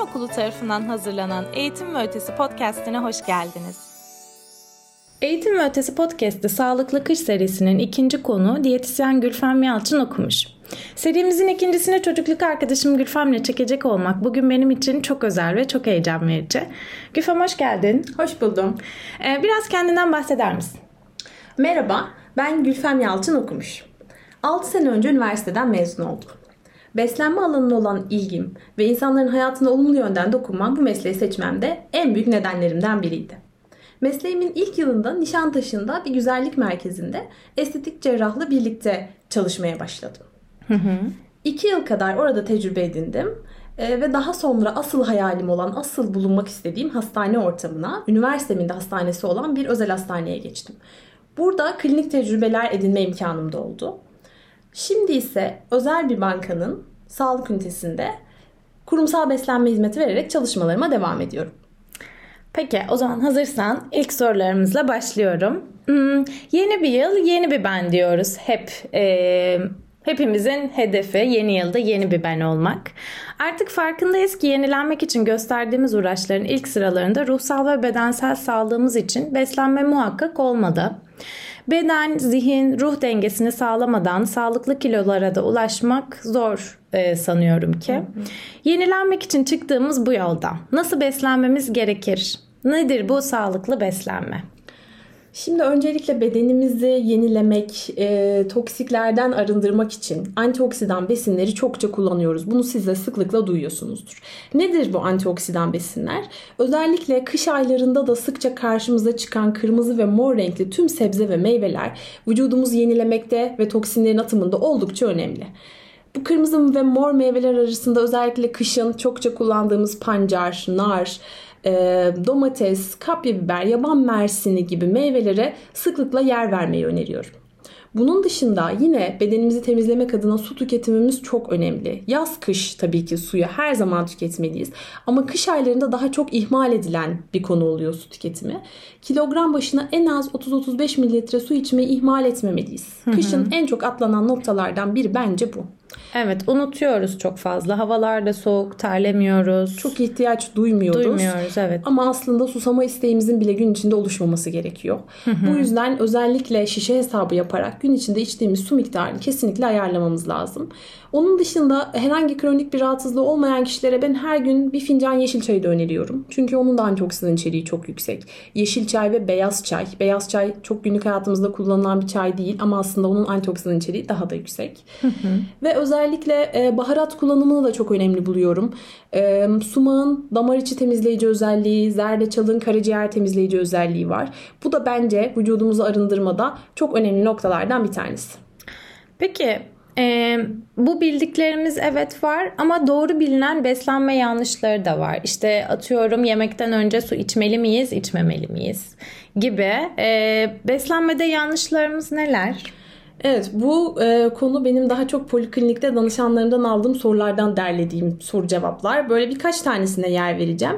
Okulu tarafından hazırlanan Eğitim ve Ötesi podcast'ine hoş geldiniz. Eğitim ve Ötesi podcast'te Sağlıklı Kış serisinin ikinci konu diyetisyen Gülfem Yalçın okumuş. Serimizin ikincisini çocukluk arkadaşım Gülfem'le çekecek olmak bugün benim için çok özel ve çok heyecan verici. Gülfem hoş geldin. Hoş buldum. Biraz kendinden bahseder misin? Merhaba, ben Gülfem Yalçın okumuş. 6 sene önce üniversiteden mezun oldum. Beslenme alanına olan ilgim ve insanların hayatına olumlu yönden dokunmam bu mesleği seçmemde en büyük nedenlerimden biriydi. Mesleğimin ilk yılında Nişantaşı'nda bir güzellik merkezinde estetik cerrahla birlikte çalışmaya başladım. 2 yıl kadar orada tecrübe edindim ve daha sonra asıl hayalim olan, asıl bulunmak istediğim hastane ortamına, üniversitemin de hastanesi olan bir özel hastaneye geçtim. Burada klinik tecrübeler edinme imkanım da oldu. Şimdi ise özel bir bankanın sağlık ünitesinde kurumsal beslenme hizmeti vererek çalışmalarıma devam ediyorum. Peki o zaman hazırsan ilk sorularımızla başlıyorum. Yeni bir yıl, yeni bir ben diyoruz hep. Hepimizin hedefi yeni yılda yeni bir ben olmak. Artık farkındayız ki yenilenmek için gösterdiğimiz uğraşların ilk sıralarında ruhsal ve bedensel sağlığımız için beslenme muhakkak olmadı. Beden, zihin, ruh dengesini sağlamadan sağlıklı kilolara da ulaşmak zor sanıyorum ki. Yenilenmek için çıktığımız bu yolda nasıl beslenmemiz gerekir? Nedir bu sağlıklı beslenme? Şimdi öncelikle bedenimizi yenilemek, toksiklerden arındırmak için antioksidan besinleri çokça kullanıyoruz. Bunu siz de sıklıkla duyuyorsunuzdur. Nedir bu antioksidan besinler? Özellikle kış aylarında da sıkça karşımıza çıkan kırmızı ve mor renkli tüm sebze ve meyveler vücudumuzu yenilemekte ve toksinlerin atımında oldukça önemli. Bu kırmızı ve mor meyveler arasında özellikle kışın çokça kullandığımız pancar, nar, domates, kapya biber, yaban mersini gibi meyvelere sıklıkla yer vermeyi öneriyorum. Bunun dışında yine bedenimizi temizlemek adına su tüketimimiz çok önemli. Yaz kış tabii ki suyu her zaman tüketmeliyiz. Ama kış aylarında daha çok ihmal edilen bir konu oluyor su tüketimi. Kilogram başına en az 30-35 mililitre su içmeyi ihmal etmemeliyiz. Kışın en çok atlanan noktalardan biri bence bu. Evet, unutuyoruz çok fazla. Havalar da soğuk, terlemiyoruz. Çok ihtiyaç duymuyoruz. Evet. Ama aslında susama isteğimizin bile gün içinde oluşmaması gerekiyor. Bu yüzden özellikle şişe hesabı yaparak gün içinde içtiğimiz su miktarını kesinlikle ayarlamamız lazım. Onun dışında herhangi kronik bir rahatsızlığı olmayan kişilere ben her gün bir fincan yeşil çayı da öneriyorum. Çünkü onun da antioksidan içeriği çok yüksek. Yeşil çay ve beyaz çay. Beyaz çay çok günlük hayatımızda kullanılan bir çay değil ama aslında onun antioksidan içeriği daha da yüksek. Ve özellikle baharat kullanımını da çok önemli buluyorum. Sumağın damar içi temizleyici özelliği, zerdeçalın karaciğer temizleyici özelliği var. Bu da bence vücudumuzu arındırmada çok önemli noktalardan bir tanesi. Peki bu bildiklerimiz evet var ama doğru bilinen beslenme yanlışları da var. İşte atıyorum yemekten önce su içmeli miyiz, içmemeli miyiz gibi. Beslenmede yanlışlarımız neler? Evet, bu konu benim daha çok poliklinikte danışanlarımdan aldığım sorulardan derlediğim soru cevaplar. Böyle birkaç tanesine yer vereceğim.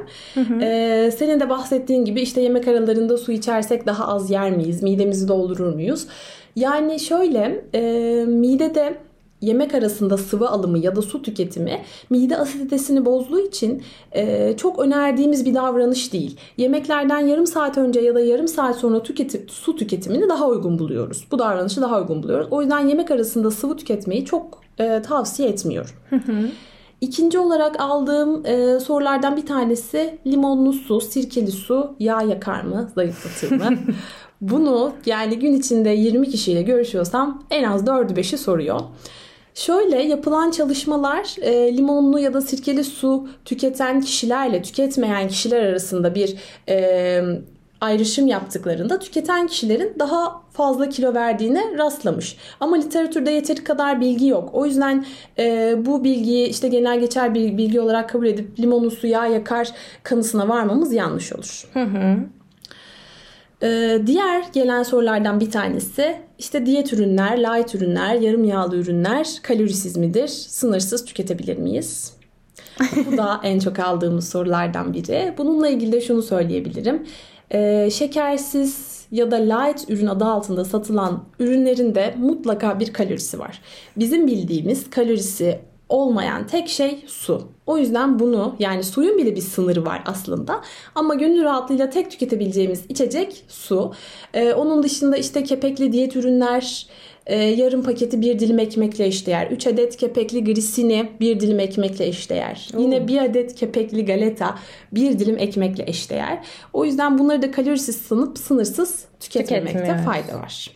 Senin de bahsettiğin gibi işte yemek aralarında su içersek daha az yer miyiz? Midemizi doldurur muyuz? Yani şöyle midede yemek arasında sıvı alımı ya da su tüketimi mide asiditesini bozduğu için çok önerdiğimiz bir davranış değil. Yemeklerden yarım saat önce ya da yarım saat sonra su tüketimini daha uygun buluyoruz. Bu davranışı daha uygun buluyoruz. O yüzden yemek arasında sıvı tüketmeyi çok tavsiye etmiyorum. İkinci olarak aldığım sorulardan bir tanesi limonlu su, sirkeli su yağ yakar mı, zayıflatır mı? Bunu yani gün içinde 20 kişiyle görüşüyorsam en az 4'ü 5'i soruyor. Şöyle yapılan çalışmalar limonlu ya da sirkeli su tüketen kişilerle tüketmeyen kişiler arasında bir ayrışım yaptıklarında tüketen kişilerin daha fazla kilo verdiğine rastlamış. Ama literatürde yeteri kadar bilgi yok. O yüzden bu bilgiyi işte genel geçer bir bilgi olarak kabul edip limonlu su yağ yakar kanısına varmamız yanlış olur. Diğer gelen sorulardan bir tanesi işte diyet ürünler, light ürünler, yarım yağlı ürünler kalorisiz midir? Sınırsız tüketebilir miyiz? Bu da en çok aldığımız sorulardan biri. Bununla ilgili de şunu söyleyebilirim. Şekersiz ya da light ürün adı altında satılan ürünlerin de mutlaka bir kalorisi var. Bizim bildiğimiz kalorisi olmayan tek şey su. O yüzden bunu, yani suyun bile bir sınırı var aslında. Ama gönül rahatlığıyla tek tüketebileceğimiz içecek su. Onun dışında işte kepekli diyet ürünler, yarım paketi bir dilim ekmekle eşdeğer. 3 adet kepekli grissini bir dilim ekmekle eşdeğer. Yine 1 adet kepekli galeta bir dilim ekmekle eşdeğer. O yüzden bunları da kalorisiz sanıp sınırsız tüketmemekte fayda var.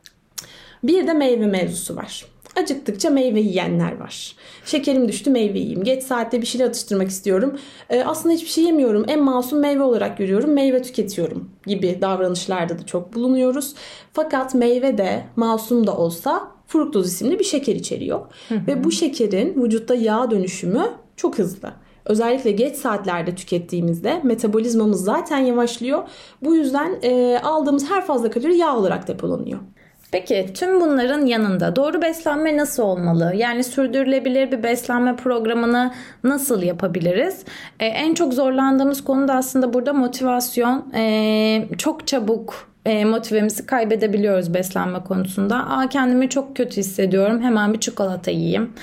Bir de meyve mevzusu var. Acıktıkça meyve yiyenler var. Şekerim düştü, meyve yiyeyim. Geç saatte bir şeyler atıştırmak istiyorum. Aslında hiçbir şey yemiyorum. En masum meyve olarak görüyorum. Meyve tüketiyorum gibi davranışlarda da çok bulunuyoruz. Fakat meyve de masum da olsa fruktoz isimli bir şeker içeriyor. Ve bu şekerin vücutta yağ dönüşümü çok hızlı. Özellikle geç saatlerde tükettiğimizde metabolizmamız zaten yavaşlıyor. Bu yüzden aldığımız her fazla kalori yağ olarak depolanıyor. Peki tüm bunların yanında doğru beslenme nasıl olmalı? Yani sürdürülebilir bir beslenme programını nasıl yapabiliriz? En çok zorlandığımız konu da aslında burada motivasyon. Çok çabuk motivemizi kaybedebiliyoruz beslenme konusunda. Kendimi çok kötü hissediyorum. Hemen bir çikolata yiyeyim.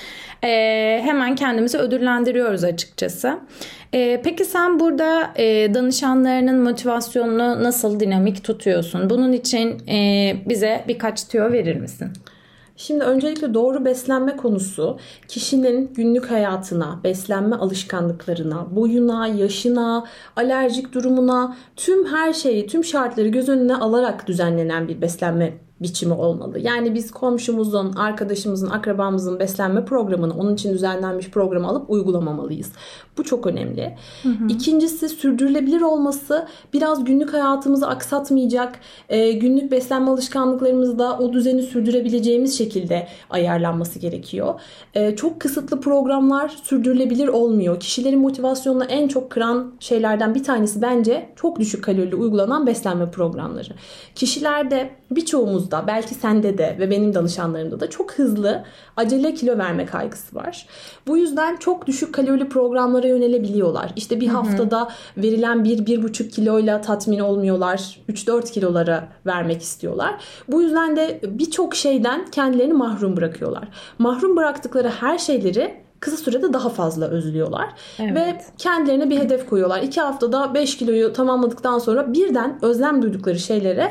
Hemen kendimizi ödüllendiriyoruz açıkçası. Peki sen burada danışanlarının motivasyonunu nasıl dinamik tutuyorsun? Bunun için bize birkaç tüyo verir misin? Şimdi öncelikle doğru beslenme konusu kişinin günlük hayatına, beslenme alışkanlıklarına, boyuna, yaşına, alerjik durumuna, tüm her şeyi, tüm şartları göz önüne alarak düzenlenen bir beslenme biçimi olmalı. Yani biz komşumuzun, arkadaşımızın, akrabamızın beslenme programını, onun için düzenlenmiş programı alıp uygulamamalıyız. Bu çok önemli. İkincisi sürdürülebilir olması, biraz günlük hayatımızı aksatmayacak, günlük beslenme alışkanlıklarımızda o düzeni sürdürebileceğimiz şekilde ayarlanması gerekiyor. Çok kısıtlı programlar sürdürülebilir olmuyor. Kişilerin motivasyonunu en çok kıran şeylerden bir tanesi bence çok düşük kalorili uygulanan beslenme programları. Kişilerde, birçoğumuzda, belki sende de ve benim danışanlarımda da çok hızlı, acele kilo verme kaygısı var. Bu yüzden çok düşük kalorili programlara yönelebiliyorlar. İşte bir haftada verilen 1-1,5 kiloyla tatmin olmuyorlar. 3-4 kilolara vermek istiyorlar. Bu yüzden de birçok şeyden kendilerini mahrum bırakıyorlar. Mahrum bıraktıkları her şeyleri kısa sürede daha fazla özlüyorlar. Evet. Ve kendilerine bir hedef koyuyorlar. 2 haftada 5 kiloyu tamamladıktan sonra birden özlem duydukları şeylere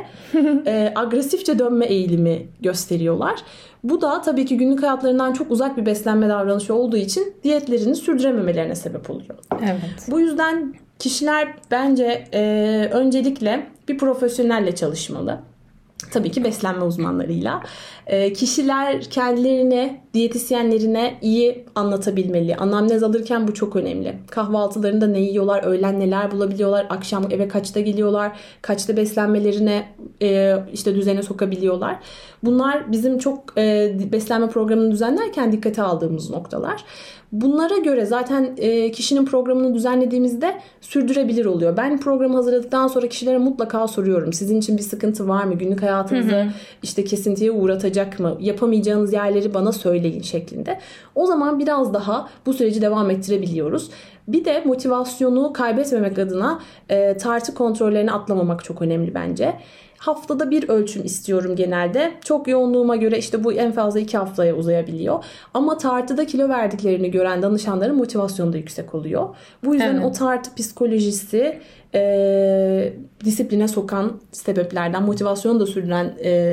agresifçe dönme eğilimi gösteriyorlar. Bu da tabii ki günlük hayatlarından çok uzak bir beslenme davranışı olduğu için diyetlerini sürdürememelerine sebep oluyor. Evet. Bu yüzden kişiler bence öncelikle bir profesyonelle çalışmalı. Tabii ki beslenme uzmanlarıyla. Kişiler kendilerine, diyetisyenlerine iyi anlatabilmeli. Anamnez alırken bu çok önemli. Kahvaltılarında ne yiyorlar, öğlen neler bulabiliyorlar, akşam eve kaçta geliyorlar, kaçta beslenmelerine işte düzene sokabiliyorlar. Bunlar bizim çok beslenme programını düzenlerken dikkate aldığımız noktalar. Bunlara göre zaten kişinin programını düzenlediğimizde sürdürebilir oluyor. Ben programı hazırladıktan sonra kişilere mutlaka soruyorum. Sizin için bir sıkıntı var mı? Günlük hayatınızı işte kesintiye uğratacak mı? Yapamayacağınız yerleri bana söyleyin şeklinde. O zaman biraz daha bu süreci devam ettirebiliyoruz. Bir de motivasyonu kaybetmemek adına tartı kontrollerini atlamamak çok önemli bence. Haftada bir ölçüm istiyorum genelde. Çok yoğunluğuma göre işte bu en fazla 2 haftaya uzayabiliyor. Ama tartıda kilo verdiklerini gören danışanların motivasyonu da yüksek oluyor. Bu yüzden o tartı psikolojisi disipline sokan sebeplerden, motivasyonu da sürdüren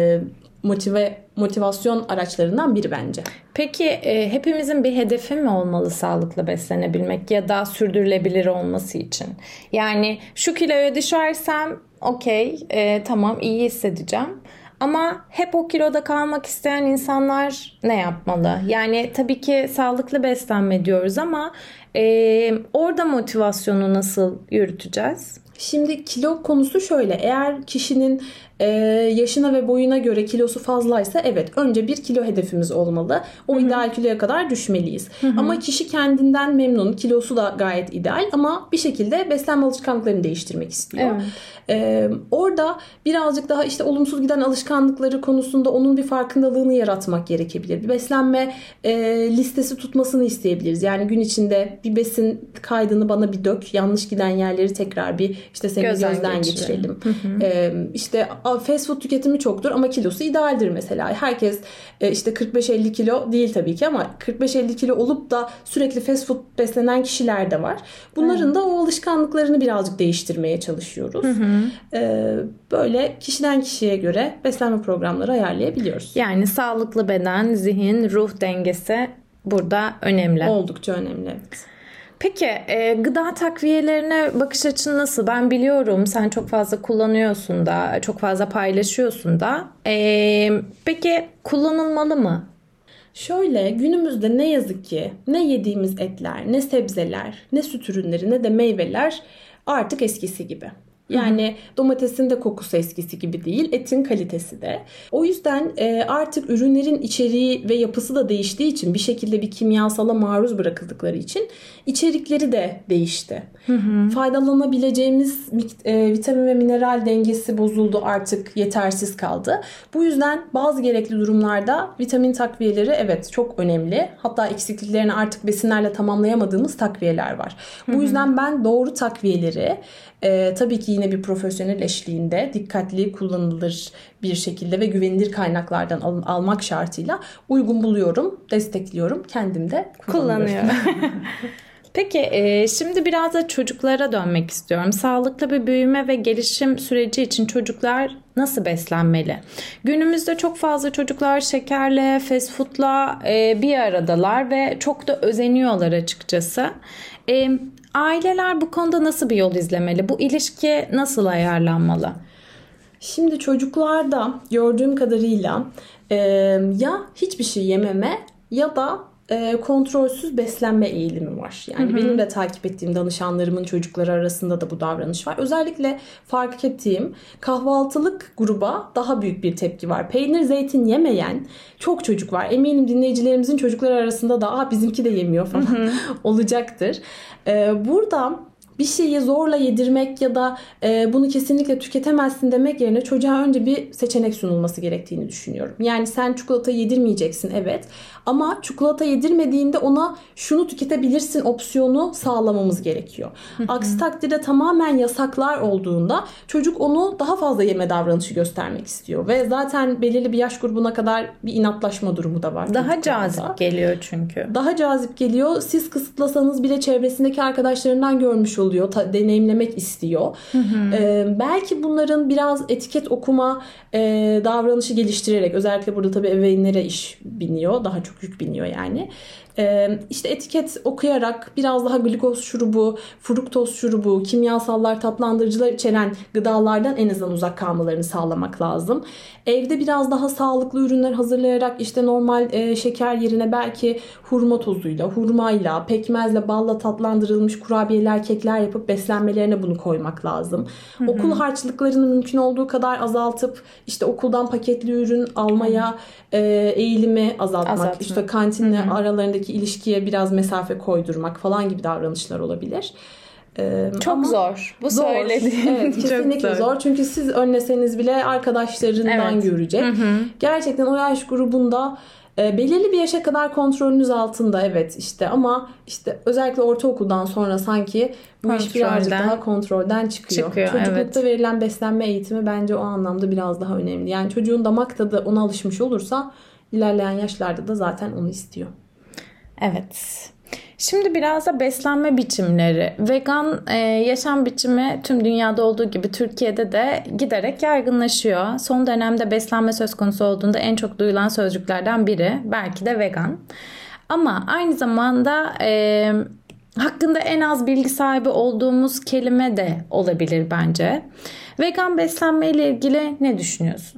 motivasyon araçlarından biri bence. Peki hepimizin bir hedefi mi olmalı sağlıklı beslenebilmek ya da sürdürülebilir olması için? Yani şu kiloya düşersem okey, tamam, iyi hissedeceğim. Ama hep o kiloda kalmak isteyen insanlar ne yapmalı? Yani tabii ki sağlıklı beslenme diyoruz ama orada motivasyonu nasıl yürüteceğiz? Şimdi kilo konusu şöyle. Eğer kişinin yaşına ve boyuna göre kilosu fazlaysa evet önce 1 kilo hedefimiz olmalı. O ideal kiloya kadar düşmeliyiz. Ama kişi kendinden memnun. Kilosu da gayet ideal ama bir şekilde beslenme alışkanlıklarını değiştirmek istiyor. Evet. Orada birazcık daha işte olumsuz giden alışkanlıkları konusunda onun bir farkındalığını yaratmak gerekebilir. Bir beslenme listesi tutmasını isteyebiliriz. Yani gün içinde bir besin kaydını bana bir dök. Yanlış giden yerleri tekrar bir işte seni gözden geçirelim. İşte fast food tüketimi çoktur ama kilosu idealdir mesela. Herkes işte 45-50 kilo değil tabii ki ama 45-50 kilo olup da sürekli fast food beslenen kişiler de var. Bunların da o alışkanlıklarını birazcık değiştirmeye çalışıyoruz. Böyle kişiden kişiye göre beslenme programları ayarlayabiliyoruz. Yani sağlıklı beden, zihin, ruh dengesi burada önemli. Oldukça önemli, evet. Peki gıda takviyelerine bakış açın nasıl? Ben biliyorum sen çok fazla kullanıyorsun da, çok fazla paylaşıyorsun da. Peki kullanılmalı mı? Şöyle, günümüzde ne yazık ki ne yediğimiz etler, ne sebzeler, ne süt ürünleri, ne de meyveler artık eskisi gibi. Yani domatesin de kokusu eskisi gibi değil, etin kalitesi de. O yüzden artık ürünlerin içeriği ve yapısı da değiştiği için, bir şekilde bir kimyasala maruz bırakıldıkları için içerikleri de değişti. Faydalanabileceğimiz vitamin ve mineral dengesi bozuldu, artık yetersiz kaldı. Bu yüzden bazı gerekli durumlarda vitamin takviyeleri evet çok önemli. Hatta eksikliklerini artık besinlerle tamamlayamadığımız takviyeler var. Bu yüzden ben doğru takviyeleri tabii ki yine bir profesyonel eşliğinde dikkatli kullanılır bir şekilde ve güvenilir kaynaklardan almak şartıyla uygun buluyorum, destekliyorum. Kendim de kullanıyorum. Peki şimdi biraz da çocuklara dönmek istiyorum. Sağlıklı bir büyüme ve gelişim süreci için çocuklar nasıl beslenmeli? Günümüzde çok fazla çocuklar şekerle, fast food'la bir aradalar ve çok da özeniyorlar açıkçası. Aileler bu konuda nasıl bir yol izlemeli? Bu ilişki nasıl ayarlanmalı? Şimdi çocuklarda gördüğüm kadarıyla ya hiçbir şey yememe ya da kontrolsüz beslenme eğilimi var. Yani benim de takip ettiğim danışanlarımın çocukları arasında da bu davranış var. Özellikle fark ettiğim kahvaltılık gruba daha büyük bir tepki var. Peynir, zeytin yemeyen çok çocuk var. Eminim dinleyicilerimizin çocukları arasında da bizimki de yemiyor falan olacaktır. Burada bir şeyi zorla yedirmek ya da bunu kesinlikle tüketemezsin demek yerine çocuğa önce bir seçenek sunulması gerektiğini düşünüyorum. Yani sen çikolata yedirmeyeceksin evet ama çikolata yedirmediğinde ona şunu tüketebilirsin opsiyonu sağlamamız gerekiyor. Aksi takdirde tamamen yasaklar olduğunda çocuk onu daha fazla yeme davranışı göstermek istiyor ve zaten belirli bir yaş grubuna kadar bir inatlaşma durumu da var. Daha cazip geliyor çünkü. Daha cazip geliyor. Siz kısıtlasanız bile çevresindeki arkadaşlarından görmüş oluyor. Deneyimlemek istiyor. Belki bunların biraz etiket okuma davranışı geliştirerek, özellikle burada tabii ebeveynlere iş biniyor. Daha çok yük biniyor yani. İşte etiket okuyarak biraz daha glikoz şurubu, fruktoz şurubu, kimyasallar, tatlandırıcılar içeren gıdalardan en azından uzak kalmalarını sağlamak lazım. Evde biraz daha sağlıklı ürünler hazırlayarak işte normal şeker yerine belki hurma tozuyla, hurmayla, pekmezle, balla tatlandırılmış kurabiyeler, kekler yapıp beslenmelerine bunu koymak lazım. Okul harçlıklarını mümkün olduğu kadar azaltıp işte okuldan paketli ürün almaya eğilimi azaltmak. İşte kantinle aralarındaki ilişkiye biraz mesafe koydurmak falan gibi davranışlar olabilir. Çok zor. Bu zor. Söylediğin evet, kesinlikle zor. Çünkü siz önleseniz bile arkadaşlarından görecek. Gerçekten o yaş grubunda belirli bir yaşa kadar kontrolünüz altında evet işte ama işte özellikle ortaokuldan sonra sanki bu iş birazcık daha kontrolden çıkıyor. Çocuklukta verilen beslenme eğitimi bence o anlamda biraz daha önemli. Yani çocuğun damak tadı ona alışmış olursa ilerleyen yaşlarda da zaten onu istiyor. Evet. Şimdi biraz da beslenme biçimleri. Vegan yaşam biçimi tüm dünyada olduğu gibi Türkiye'de de giderek yaygınlaşıyor. Son dönemde beslenme söz konusu olduğunda en çok duyulan sözcüklerden biri belki de vegan. Ama aynı zamanda hakkında en az bilgi sahibi olduğumuz kelime de olabilir bence. Vegan beslenme ile ilgili ne düşünüyorsun?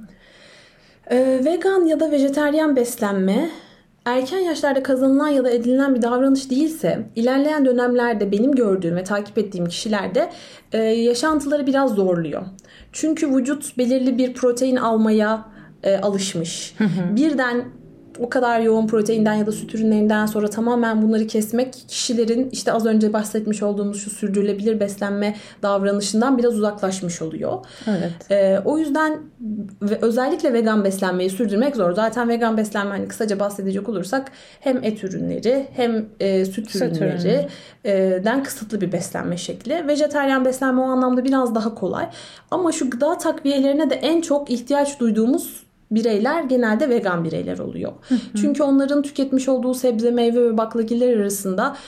Vegan ya da vejetaryen beslenme erken yaşlarda kazanılan ya da edinilen bir davranış değilse ilerleyen dönemlerde benim gördüğüm ve takip ettiğim kişilerde yaşantıları biraz zorluyor. Çünkü vücut belirli bir protein almaya alışmış. Birden o kadar yoğun proteinden ya da süt ürünlerinden sonra tamamen bunları kesmek kişilerin işte az önce bahsetmiş olduğumuz şu sürdürülebilir beslenme davranışından biraz uzaklaşmış oluyor. Evet. O yüzden özellikle vegan beslenmeyi sürdürmek zor. Zaten vegan beslenme hani kısaca bahsedecek olursak hem et ürünleri hem süt ürünlerinden kısıtlı bir beslenme şekli. Vejetaryen beslenme o anlamda biraz daha kolay. Ama şu gıda takviyelerine de en çok ihtiyaç duyduğumuz bireyler genelde vegan bireyler oluyor. Çünkü onların tüketmiş olduğu sebze, meyve ve baklagiller arasında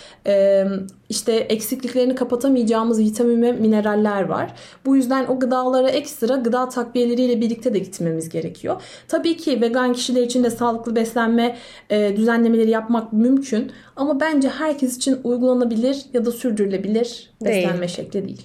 işte eksikliklerini kapatamayacağımız vitamin ve mineraller var. Bu yüzden o gıdalara ekstra gıda takviyeleriyle birlikte de gitmemiz gerekiyor. Tabii ki vegan kişiler için de sağlıklı beslenme düzenlemeleri yapmak mümkün. Ama bence herkes için uygulanabilir ya da sürdürülebilir beslenme şekli değil.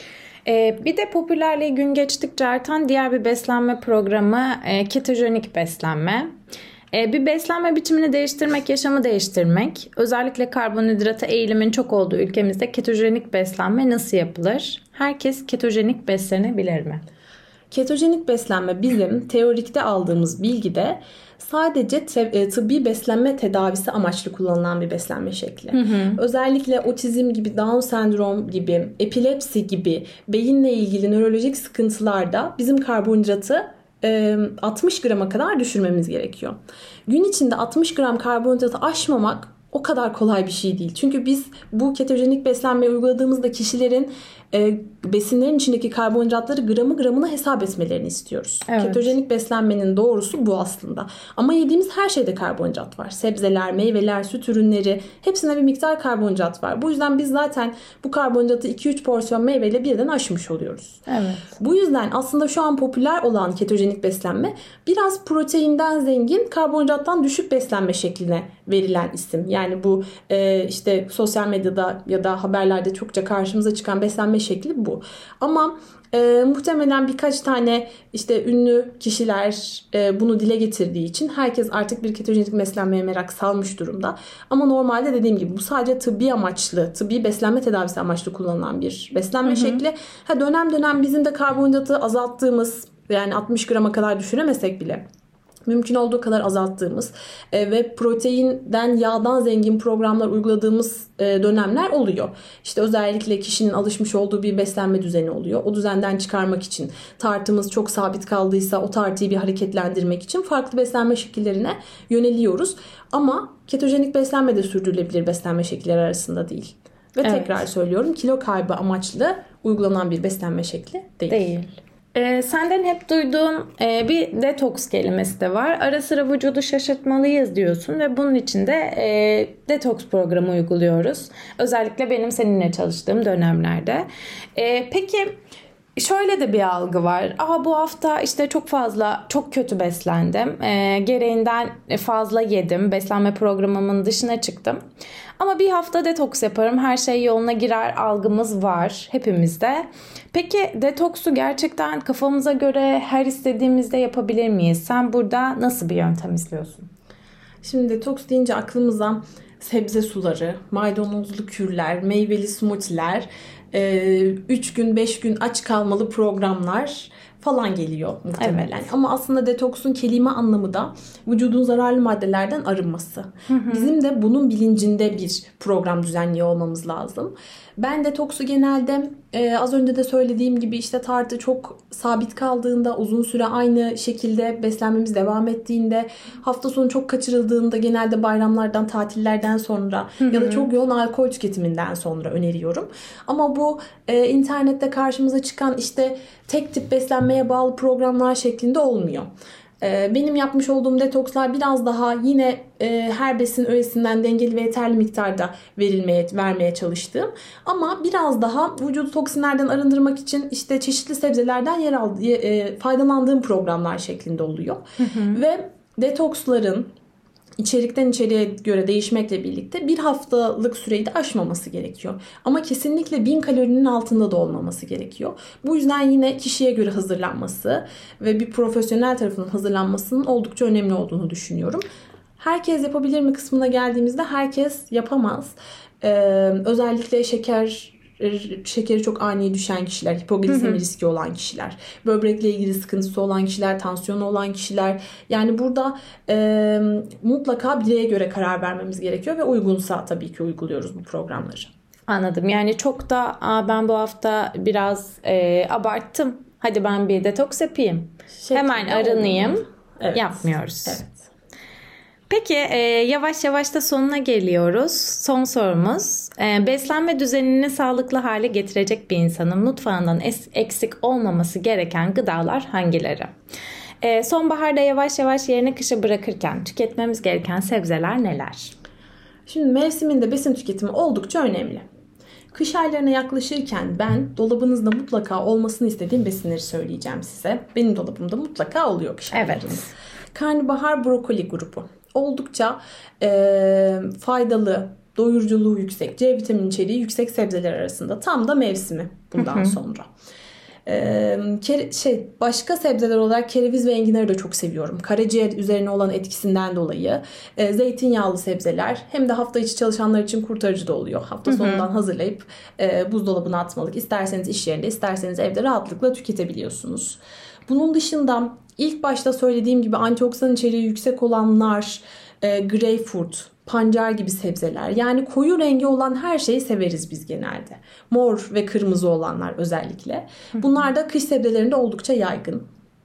Bir de popülerliği gün geçtikçe artan diğer bir beslenme programı ketojenik beslenme. Bir beslenme biçimini değiştirmek, yaşamı değiştirmek. Özellikle karbonhidrata eğilimin çok olduğu ülkemizde ketojenik beslenme nasıl yapılır? Herkes ketojenik beslenebilir mi? Ketojenik beslenme bizim teorikte aldığımız bilgide sadece tıbbi beslenme tedavisi amaçlı kullanılan bir beslenme şekli. Özellikle otizm gibi, Down sendrom gibi, epilepsi gibi beyinle ilgili nörolojik sıkıntılarda bizim karbonhidratı 60 grama kadar düşürmemiz gerekiyor. Gün içinde 60 gram karbonhidratı aşmamak o kadar kolay bir şey değil. Çünkü biz bu ketojenik beslenmeyi uyguladığımızda kişilerin besinlerin içindeki karbonhidratları gramı gramına hesap etmelerini istiyoruz. Evet. Ketojenik beslenmenin doğrusu bu aslında. Ama yediğimiz her şeyde karbonhidrat var. Sebzeler, meyveler, süt ürünleri hepsinde bir miktar karbonhidrat var. Bu yüzden biz zaten bu karbonhidratı 2-3 porsiyon meyveyle birden aşmış oluyoruz. Evet. Bu yüzden aslında şu an popüler olan ketojenik beslenme biraz proteinden zengin, karbonhidrattan düşük beslenme şekline verilen isim. Yani bu işte sosyal medyada ya da haberlerde çokça karşımıza çıkan beslenme şekli bu. Ama muhtemelen birkaç tane işte ünlü kişiler bunu dile getirdiği için herkes artık bir ketojenik beslenmeye merak salmış durumda. Ama normalde dediğim gibi bu sadece tıbbi amaçlı, tıbbi beslenme tedavisi amaçlı kullanılan bir beslenme şekli. Dönem dönem bizim de karbonhidratı azalttığımız, yani 60 grama kadar düşüremesek bile mümkün olduğu kadar azalttığımız ve proteinden, yağdan zengin programlar uyguladığımız dönemler oluyor. İşte özellikle kişinin alışmış olduğu bir beslenme düzeni oluyor. O düzenden çıkarmak için, tartımız çok sabit kaldıysa o tartıyı bir hareketlendirmek için farklı beslenme şekillerine yöneliyoruz. Ama ketojenik beslenme de sürdürülebilir beslenme şekilleri arasında değil. Ve tekrar söylüyorum, kilo kaybı amaçlı uygulanan bir beslenme şekli değil. Senden hep duyduğum bir detoks kelimesi de var. Ara sıra vücudu şaşırtmalıyız diyorsun ve bunun için de detoks programı uyguluyoruz. Özellikle benim seninle çalıştığım dönemlerde. Peki şöyle de bir algı var. Bu hafta işte çok kötü beslendim. Gereğinden fazla yedim. Beslenme programımın dışına çıktım. Ama bir hafta detoks yaparım, her şey yoluna girer algımız var hepimizde. Peki detoksu gerçekten kafamıza göre her istediğimizde yapabilir miyiz? Sen burada nasıl bir yöntem izliyorsun? Şimdi detoks deyince aklımıza sebze suları, maydanozlu kürler, meyveli smoothie'ler, 3 gün 5 gün aç kalmalı programlar falan geliyor muhtemelen. Evet. Ama aslında detoksun kelime anlamı da vücudun zararlı maddelerden arınması. Bizim de bunun bilincinde bir program düzenliyor olmamız lazım. Ben detoksu genelde az önce de söylediğim gibi işte tartı çok sabit kaldığında, uzun süre aynı şekilde beslenmemiz devam ettiğinde, hafta sonu çok kaçırıldığında, genelde bayramlardan, tatillerden sonra ya da çok yoğun alkol tüketiminden sonra öneriyorum. Ama bu internette karşımıza çıkan işte tek tip beslenmeye bağlı programlar şeklinde olmuyor. Benim yapmış olduğum detokslar biraz daha yine her besin öğesinden dengeli ve yeterli miktarda vermeye çalıştığım, ama biraz daha vücudu toksinlerden arındırmak için işte çeşitli sebzelerden faydalandığım programlar şeklinde oluyor. Ve detoksların İçerikten içeriğe göre değişmekle birlikte bir haftalık süreyi de aşmaması gerekiyor. Ama kesinlikle 1000 kalorinin altında da olmaması gerekiyor. Bu yüzden yine kişiye göre hazırlanması ve bir profesyonel tarafından hazırlanmasının oldukça önemli olduğunu düşünüyorum. Herkes yapabilir mi kısmına geldiğimizde herkes yapamaz. Özellikle şeker şekeri çok ani düşen kişiler, hipoglisemi riski olan kişiler, böbrekle ilgili sıkıntısı olan kişiler, tansiyonu olan kişiler. Yani burada mutlaka bireye göre karar vermemiz gerekiyor ve uygunsa tabii ki uyguluyoruz bu programları. Anladım. Yani çok da ben bu hafta biraz abarttım. Hadi ben bir detoks yapayım. Hemen arınayım. Evet. Yapmıyoruz. Evet. Peki yavaş yavaş da sonuna geliyoruz. Son sorumuz. Beslenme düzenini sağlıklı hale getirecek bir insanın mutfağından eksik olmaması gereken gıdalar hangileri? Sonbaharda yavaş yavaş yerini kışa bırakırken tüketmemiz gereken sebzeler neler? Şimdi mevsiminde besin tüketimi oldukça önemli. Kış aylarına yaklaşırken ben dolabınızda mutlaka olmasını istediğim besinleri söyleyeceğim size. Benim dolabımda mutlaka oluyor kış aylarında. Evet. Karnabahar brokoli grubu. Oldukça faydalı, doyuruculuğu yüksek, C vitamini içeriği yüksek sebzeler arasında. Tam da mevsimi bundan sonra. Başka sebzeler olarak kereviz ve enginarı da çok seviyorum. Karaciğer üzerine olan etkisinden dolayı zeytinyağlı sebzeler hem de hafta içi çalışanlar için kurtarıcı da oluyor. Hafta sonundan hazırlayıp buzdolabına atmalık. İsterseniz iş yerinde, isterseniz evde rahatlıkla tüketebiliyorsunuz. Bunun dışında ilk başta söylediğim gibi antioksidan içeriği yüksek olanlar, greyfurt, pancar gibi sebzeler, yani koyu rengi olan her şeyi severiz biz genelde. Mor ve kırmızı olanlar özellikle. Bunlar da kış sebzelerinde oldukça yaygın.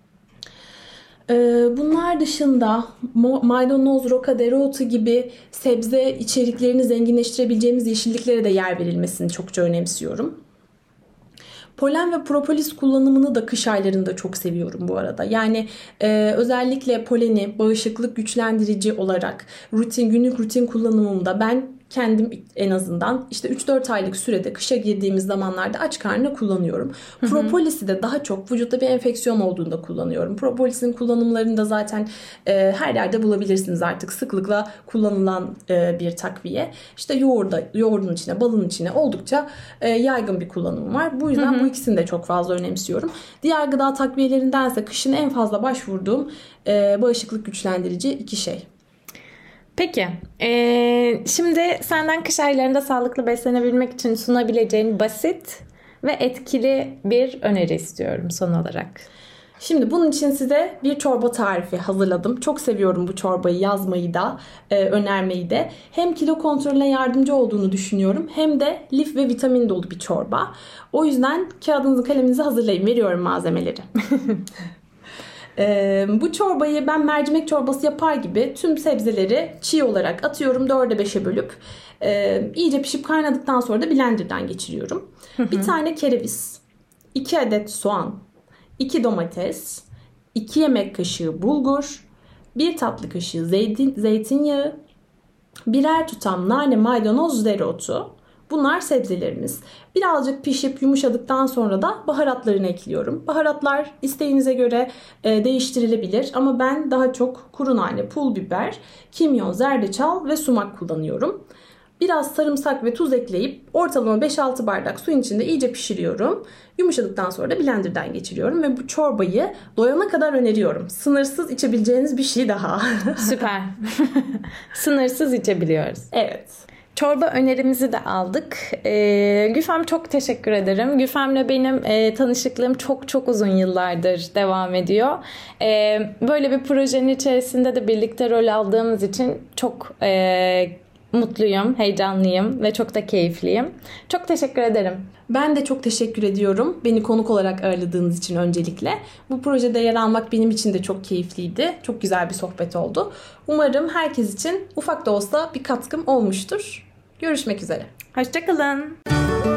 Bunlar dışında maydanoz, roka, dereotu gibi sebze içeriklerini zenginleştirebileceğimiz yeşilliklere de yer verilmesini çokça önemsiyorum. Polen ve propolis kullanımını da kış aylarında çok seviyorum bu arada. Yani özellikle poleni bağışıklık güçlendirici olarak günlük rutin kullanımımda ben kendim en azından işte 3-4 aylık sürede kışa girdiğimiz zamanlarda aç karnına kullanıyorum. Propolisi de daha çok vücutta bir enfeksiyon olduğunda kullanıyorum. Propolisin kullanımlarını da zaten her yerde bulabilirsiniz artık. Sıklıkla kullanılan bir takviye. İşte yoğurdun içine, balın içine oldukça yaygın bir kullanım var. Bu yüzden bu ikisini de çok fazla önemsiyorum. Diğer gıda takviyelerindense kışın en fazla başvurduğum bağışıklık güçlendirici 2 şey. Peki, şimdi senden kış aylarında sağlıklı beslenebilmek için sunabileceğin basit ve etkili bir öneri istiyorum son olarak. Şimdi bunun için size bir çorba tarifi hazırladım. Çok seviyorum bu çorbayı, yazmayı da, önermeyi de. Hem kilo kontrolüne yardımcı olduğunu düşünüyorum, hem de lif ve vitamin dolu bir çorba. O yüzden kağıdınızı, kaleminizi hazırlayın. Veriyorum malzemeleri. Bu çorbayı ben mercimek çorbası yapar gibi tüm sebzeleri çiğ olarak atıyorum, 4'e 5'e bölüp iyice pişip kaynadıktan sonra da blenderdan geçiriyorum. Bir tane kereviz, 2 adet soğan, 2 domates, 2 yemek kaşığı bulgur, 1 tatlı kaşığı zeytinyağı, birer tutam nane, maydanoz, dereotu. Bunlar sebzelerimiz. Birazcık pişip yumuşadıktan sonra da baharatlarını ekliyorum. Baharatlar isteğinize göre değiştirilebilir ama ben daha çok kuru nane, pul biber, kimyon, zerdeçal ve sumak kullanıyorum. Biraz sarımsak ve tuz ekleyip ortalama 5-6 bardak suyun içinde iyice pişiriyorum. Yumuşadıktan sonra da blenderdan geçiriyorum ve bu çorbayı doyana kadar öneriyorum. Sınırsız içebileceğiniz bir şey daha. Süper. Sınırsız içebiliyoruz. Evet. Çorba önerimizi de aldık. Güfem, çok teşekkür ederim. Güfem'le benim tanışıklığım çok uzun yıllardır devam ediyor. Böyle bir projenin içerisinde de birlikte rol aldığımız için çok mutluyum, heyecanlıyım ve çok da keyifliyim. Çok teşekkür ederim. Ben de çok teşekkür ediyorum. Beni konuk olarak ağırladığınız için öncelikle. Bu projede yer almak benim için de çok keyifliydi. Çok güzel bir sohbet oldu. Umarım herkes için ufak da olsa bir katkım olmuştur. Görüşmek üzere. Hoşça kalın.